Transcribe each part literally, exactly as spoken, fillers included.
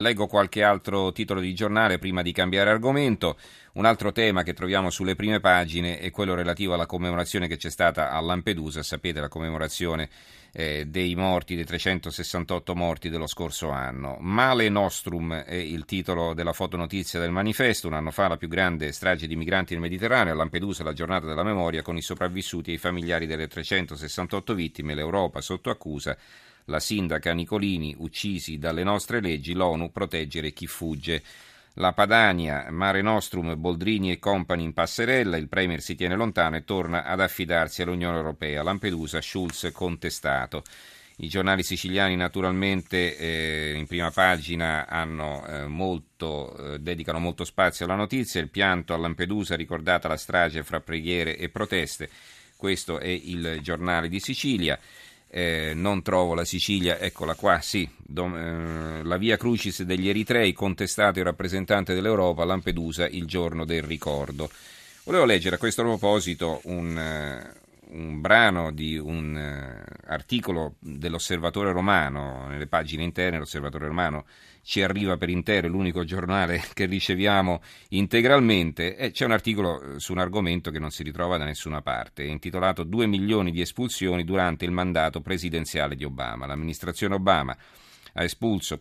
Leggo qualche altro titolo di giornale prima di cambiare argomento. Un altro tema che troviamo sulle prime pagine è quello relativo alla commemorazione che c'è stata a Lampedusa. Sapete, la commemorazione eh, dei morti, dei trecentosessantotto morti dello scorso anno. Mare Nostrum è il titolo della fotonotizia del manifesto. Un anno fa la più grande strage di migranti nel Mediterraneo. A Lampedusa la giornata della memoria con i sopravvissuti e i familiari delle trecentosessantotto vittime. L'Europa sotto accusa. La sindaca Nicolini, uccisi dalle nostre leggi, l'ONU proteggere chi fugge. La Padania, Mare Nostrum, Boldrini e compagni in passerella, il Premier si tiene lontano e torna ad affidarsi all'Unione Europea. Lampedusa, Schulz contestato. I giornali siciliani naturalmente eh, in prima pagina hanno, eh, molto, eh, dedicano molto spazio alla notizia. Il pianto a Lampedusa, ricordata la strage fra preghiere e proteste. Questo è il giornale di Sicilia. Eh, non trovo la Sicilia, eccola qua, sì, do, eh, la via Crucis degli Eritrei, contestato il rappresentante dell'Europa a Lampedusa il giorno del ricordo. Volevo leggere a questo proposito un, uh, un brano di un uh, articolo dell'Osservatore Romano, nelle pagine interne l'Osservatore Romano ci arriva per intero, è l'unico giornale che riceviamo integralmente, e c'è un articolo su un argomento che non si ritrova da nessuna parte, è intitolato due milioni di espulsioni durante il mandato presidenziale di Obama. L'amministrazione Obama ha espulso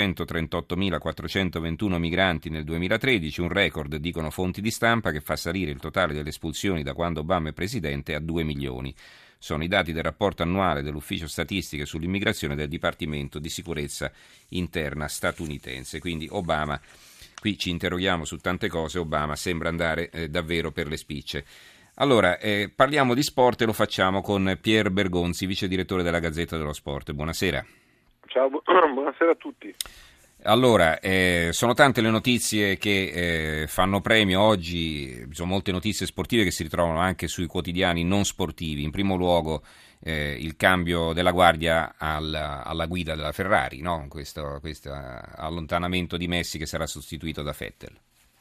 quattrocentotrentottomilaquattrocentoventuno migranti nel duemilatredici, un record, dicono fonti di stampa, che fa salire il totale delle espulsioni da quando Obama è presidente a due milioni. Sono i dati del rapporto annuale dell'Ufficio Statistiche sull'immigrazione del Dipartimento di Sicurezza Interna statunitense. Quindi Obama, qui ci interroghiamo su tante cose, Obama sembra andare eh, davvero per le spicce. Allora, eh, parliamo di sport e lo facciamo con Pier Bergonzi, vice direttore della Gazzetta dello Sport. Buonasera. Ciao, bu- buonasera a tutti. Allora, eh, sono tante le notizie che eh, fanno premio oggi, ci sono molte notizie sportive che si ritrovano anche sui quotidiani non sportivi. In primo luogo eh, il cambio della guardia alla, alla guida della Ferrari, no? questo, questo allontanamento di Messi che sarà sostituito da Vettel.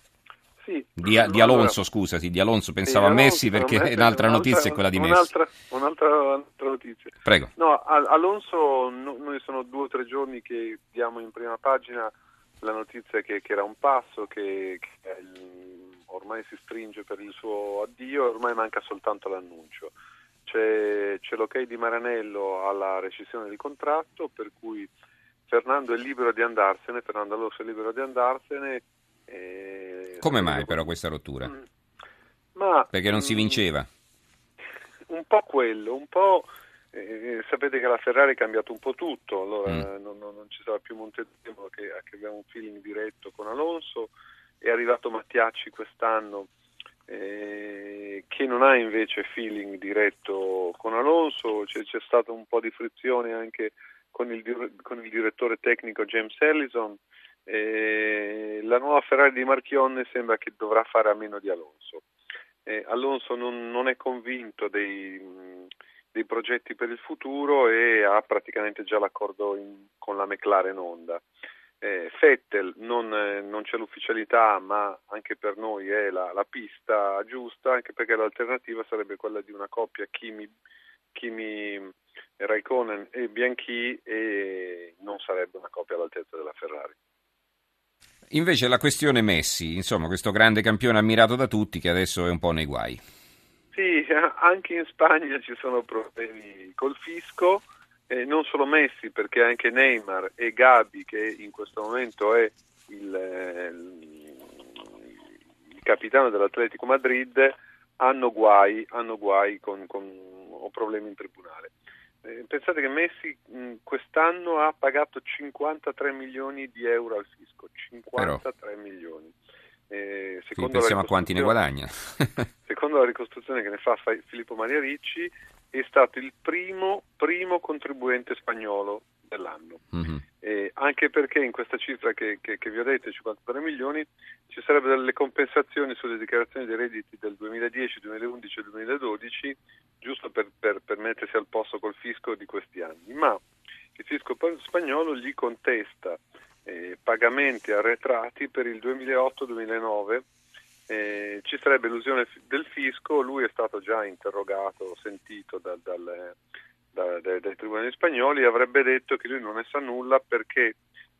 Sì. Di, di Alonso, scusa, sì, di Alonso, pensavo sì, a Messi Alonso, perché Messi, un'altra notizia è quella di Messi. Un'altra, un'altra, un'altra notizia. Prego. No, Alonso, no, noi sono due o tre giorni che diamo in prima pagina la notizia che, che era un passo, che, che ormai si stringe per il suo addio e ormai manca soltanto l'annuncio. C'è, c'è l'ok di Maranello alla rescissione del contratto, per cui Fernando è libero di andarsene, Fernando Alonso è libero di andarsene. E come mai però questa rottura? Mm. Ma, Perché non si vinceva? Un po' quello, un po'... Eh, sapete che la Ferrari ha cambiato un po' tutto, allora mm. non, non, non ci sarà più Montezemolo che, che abbiamo un feeling diretto con Alonso, è arrivato Mattiacci quest'anno eh, che non ha invece feeling diretto con Alonso, c'è, c'è stato un po' di frizione anche con il, con il direttore tecnico James Ellison. Eh, la nuova Ferrari di Marchionne sembra che dovrà fare a meno di Alonso. Eh, Alonso non, non è convinto dei, dei progetti per il futuro e ha praticamente già l'accordo in, con la McLaren Honda. Eh, Vettel non, eh, non c'è l'ufficialità, ma anche per noi è la, la pista giusta, anche perché l'alternativa sarebbe quella di una coppia Kimi, Kimi Raikkonen e Bianchi, e non sarebbe una coppia all'altezza della Ferrari. Invece la questione Messi, insomma, questo grande campione ammirato da tutti che adesso è un po' nei guai. Sì, anche in Spagna ci sono problemi col fisco, eh, non solo Messi, perché anche Neymar e Gabi, che in questo momento è il, il capitano dell'Atletico Madrid, hanno guai, hanno guai con, con, o problemi in tribunale. Eh, pensate che Messi mh, quest'anno ha pagato cinquantatré milioni di euro al fisco, cinquantatré Però, milioni. Eh, secondo pensiamo a quanti ne guadagna. Secondo la ricostruzione che ne fa Filippo Maria Ricci, è stato il primo, primo contribuente spagnolo dell'anno. Mm-hmm. Eh, anche perché in questa cifra che, che, che vi ho detto, cinquantatré milioni, ci sarebbero delle compensazioni sulle dichiarazioni dei redditi del duemiladieci, duemilaundici e duemiladodici, giusto per, per, per mettersi al posto col fisco di questi anni. Ma il fisco spagnolo gli contesta eh, pagamenti arretrati per il duemilaotto duemilanove. Eh, ci sarebbe elusione del fisco, lui è stato già interrogato, sentito dal, dal, da, dai, dai tribunali spagnoli, e avrebbe detto che lui non ne sa nulla perché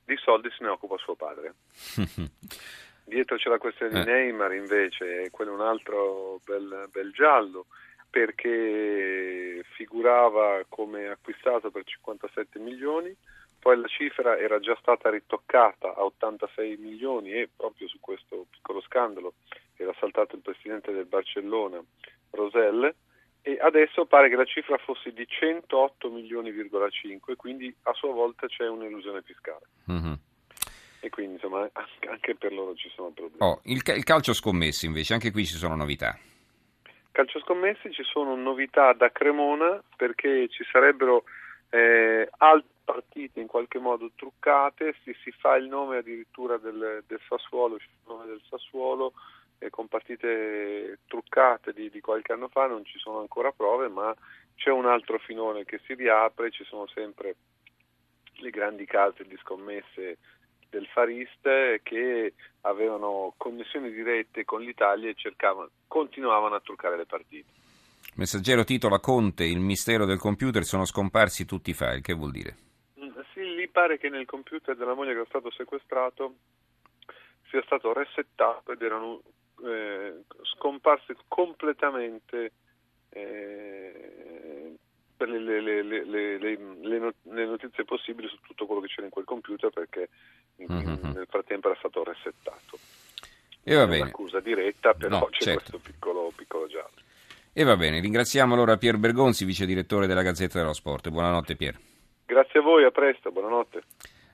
di soldi se ne occupa suo padre. Dietro c'è la questione di eh. Neymar invece, e quello è un altro bel, bel giallo, perché figurava come acquistato per cinquantasette milioni, poi la cifra era già stata ritoccata a ottantasei milioni e proprio su questo piccolo scandalo era saltato il presidente del Barcellona, Rosell, e adesso pare che la cifra fosse di centootto milioni virgola cinque, quindi a sua volta c'è un'elusione fiscale. Mm-hmm. E quindi insomma anche per loro ci sono problemi. Oh, il, il calcio scommessi invece, anche qui ci sono novità. Calcio scommessi ci sono novità da Cremona, perché ci sarebbero eh, altre partite in qualche modo truccate, si, si fa il nome addirittura del, del Sassuolo, il nome del Sassuolo eh, con partite truccate di, di qualche anno fa, non ci sono ancora prove, ma c'è un altro filone che si riapre, ci sono sempre le grandi case di scommesse del Far East che avevano connessioni dirette con l'Italia e cercavano, continuavano a truccare le partite. Messaggero titola: Conte, il mistero del computer, sono scomparsi tutti i file. Che vuol dire? Sì, lì pare che nel computer della moglie che è stato sequestrato sia stato resettato ed erano eh, scomparsi completamente eh, per le, le, le, le, le, le notizie possibili su tutto quello che c'era in quel computer, perché in, mm-hmm. nel frattempo era stato resettato. E va è bene. Un'accusa diretta, però no, c'è certo. questo piccolo, piccolo giallo. E va bene, ringraziamo allora Pier Bergonzi, vice direttore della Gazzetta dello Sport. Buonanotte Pier. Grazie a voi, a presto, buonanotte.